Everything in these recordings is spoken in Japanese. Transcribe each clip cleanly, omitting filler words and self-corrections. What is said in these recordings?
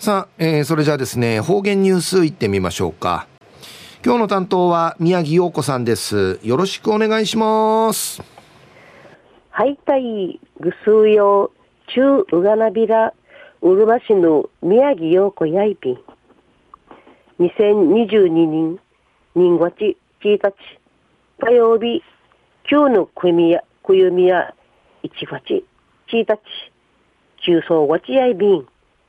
さあ、それじゃあですね、方言ニュースいってみましょうか。今日の担当は宮城陽子さんです。よろしくお願いします。 はいたいぐすうよ中うがなびらうるま市の宮城陽子やいびん2022年2月1日火曜日今日のくゆみや1月1日中総月やいびん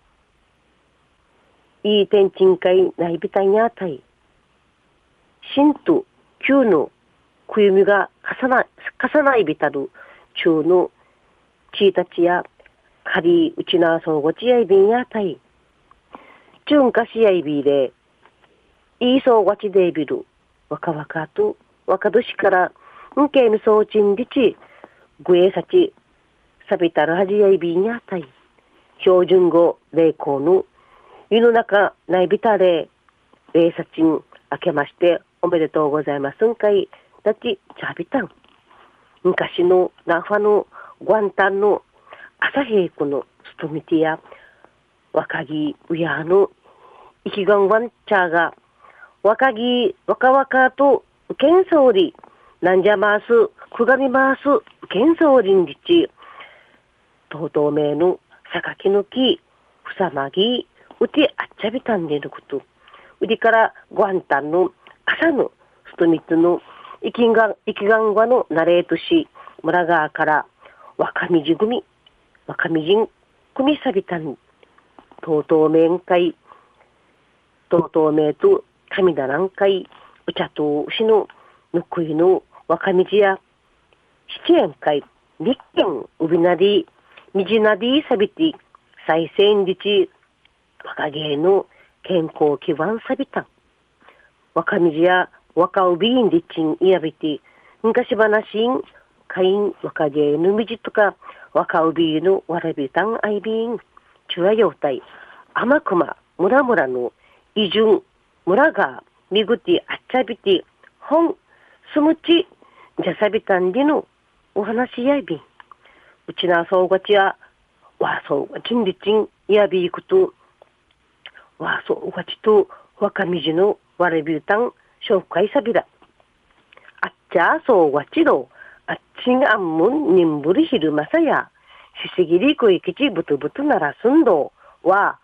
いい天賃会ないびたんやたい新と旧のくゆみが重ないびたる中の1日やかりうちな総月やいびんやたい中かしやいびでいい総月でびる若々と若年からんけみそうちんりちぐえさちさびたるはじやいびんやたい標準語例行の世の中ないびたれ例さちん明けましておめでとうございますんかいだちちゃびたん昔のナファのグアンタンの朝平区のストミティや若木うやの生きがんワンチャーが若々とけんそうりなんじゃますくがみますけんそうりんじちとうとうめいの榊の木ふさまぎうてあっちゃびたんでることうりからごはんたんの朝のストミツの生きがんわのナレートし村側から若みじ組組さびたんとうとうめんかいとうとうめいと神だらんかいうちゃとうしのぬくいの若みじや七円かい立憲うびなりみじなりさびて再生日若芸の健康基盤さびたん若みじや若うびんりちんいやびて昔話んかいん若芸のみじとか若うびのわらびたんあいびんちゅわようたい甘くまむらむらのいじゅん村がみぐてあっちゃびて本すむちじゃさびたんでのお話やいびんうちなそうがちやわそうがちんりちんやびいくとわそうがちと若みじのわらびたん紹介さびらあっちゃそうがちどあっちんあんむんにんぶりひるまさやしすぎりこいきちぶとぶとならすんどわ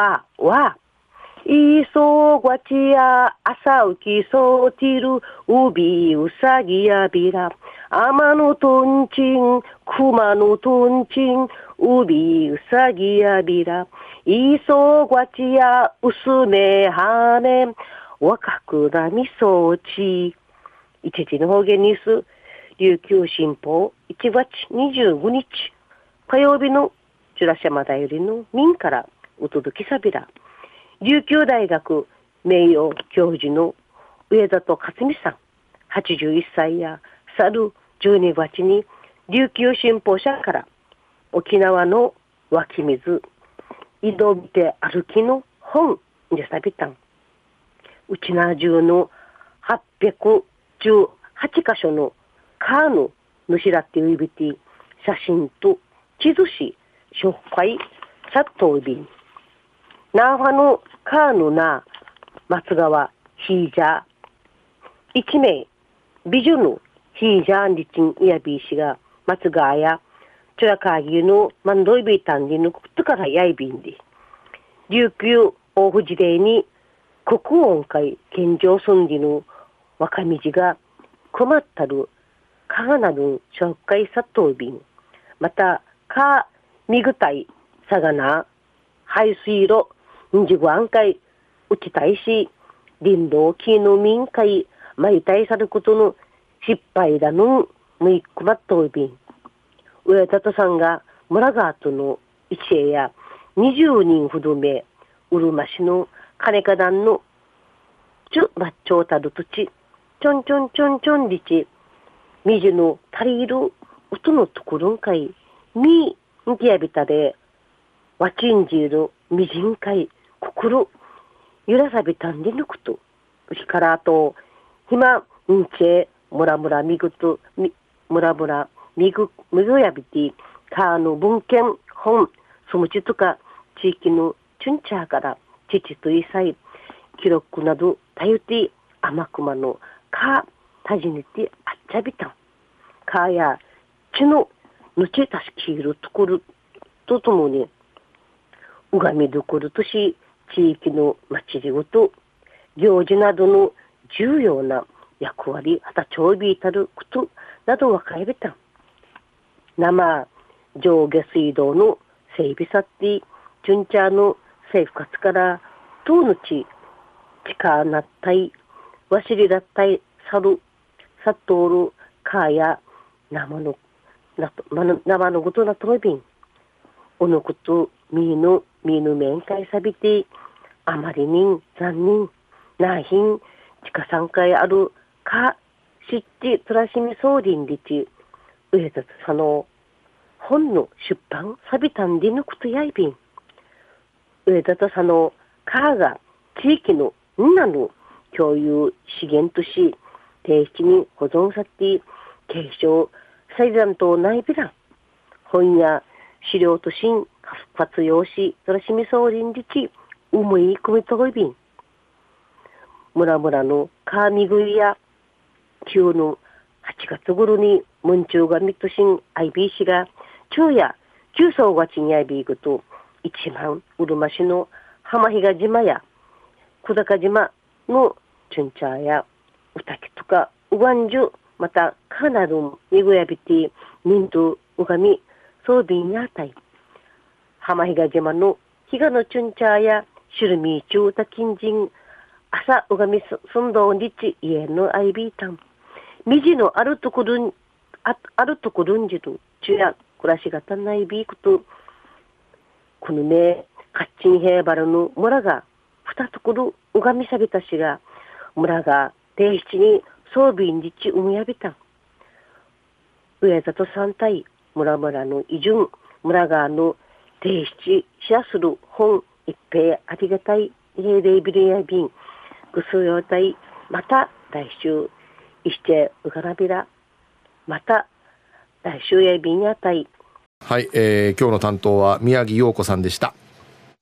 いそうがちや朝うきそうてるうびうさぎやびらあまのとんちんくまのとんちんうびうさぎやびらいそうがちやうすめはね若くなみそうち一時の方言ニュース琉球新報1月25日火曜日のチュラシャマダよりの民からお届けさびら琉球大学名誉教授の上里克美さん81歳や去る12月に琉球新報社から沖縄の湧き水井戸びて歩きの本にさびたんうちな中の818箇所のカーの主らっていうびて写真と地図紙紹介さっといびんナーファのカーのな松川ヒージャー一名美女のヒージャーンリチンイヤビー氏が松川やチュラカーギーのマンドイビータンディのことからやいびんで琉球大藤例に国音会県上村里の若道が困ったるかがなる紹介さっといびんまたかみぐたいさがな排水路んじぐあんかいうちたいし林道木の民会まいたいさることの失敗だのむいくまっといびん上里さんが村がとの一営や20人ほどめうるま市の金かだんのちゅまっちょうたる土地ちょんちょんちょんちょんりちみじの足りるうとのところんかいみんきやびたでわちんじるみじんかい心ゆらさびたんでぬくとうしからとひまんちえむらむらみぐとむらむらみぐやびてかの文献本そむちとか地域のチュンチャーから父といさい記録などたゆて甘くまのかたじねてあっちゃびたんかや血のぬちたしきいるところとともにうがみどころとし地域の祭りごと行事などの重要な役割はたちょうびいたることなどわかえべたん生上下水道の整備さってチュンチャーの生活からとうのち近なったいわしりだったいさるさっとおるかや生のごとなとろびんおのことみぬ面会さびてあまりに残忍なひん近3回あるかしってとらしみそうりんりち上田さの本の出版さびたんでぬくとやいびん上田とさのかが地域のみんなの共有資源とし定期に保存さって継承最山と内ビラン本や資料としん活用しとらしみそうりんりち思い込みとごいびん村々のカーミグイや旧の8月頃に文中がミットシン IB が昼夜旧総がちに IB ぐと一番うるま市の浜比嘉島や小高島のチュンチャーやうたきとかうがんじゅまたカナルンにぐやびて民とうがみそうびんやたい浜比嘉島の比嘉のチュンチャーやシュルミーチュータキンジン朝うがみすんどんりち家のアイビータンみじのあるところにあるところにじるちゅや暮らしがたないびいことこのねカッチンヘーバルの村が二ところうがみさびたしが村が定七に装備にちうむやびたん上里三体村々の移住村側の定七しやする本一平ありがたい平礼ビルやびんぐすようたいまた来週いしてうがらびらまた来週やびんやたいはい、今日の担当は宮城陽子さんでした。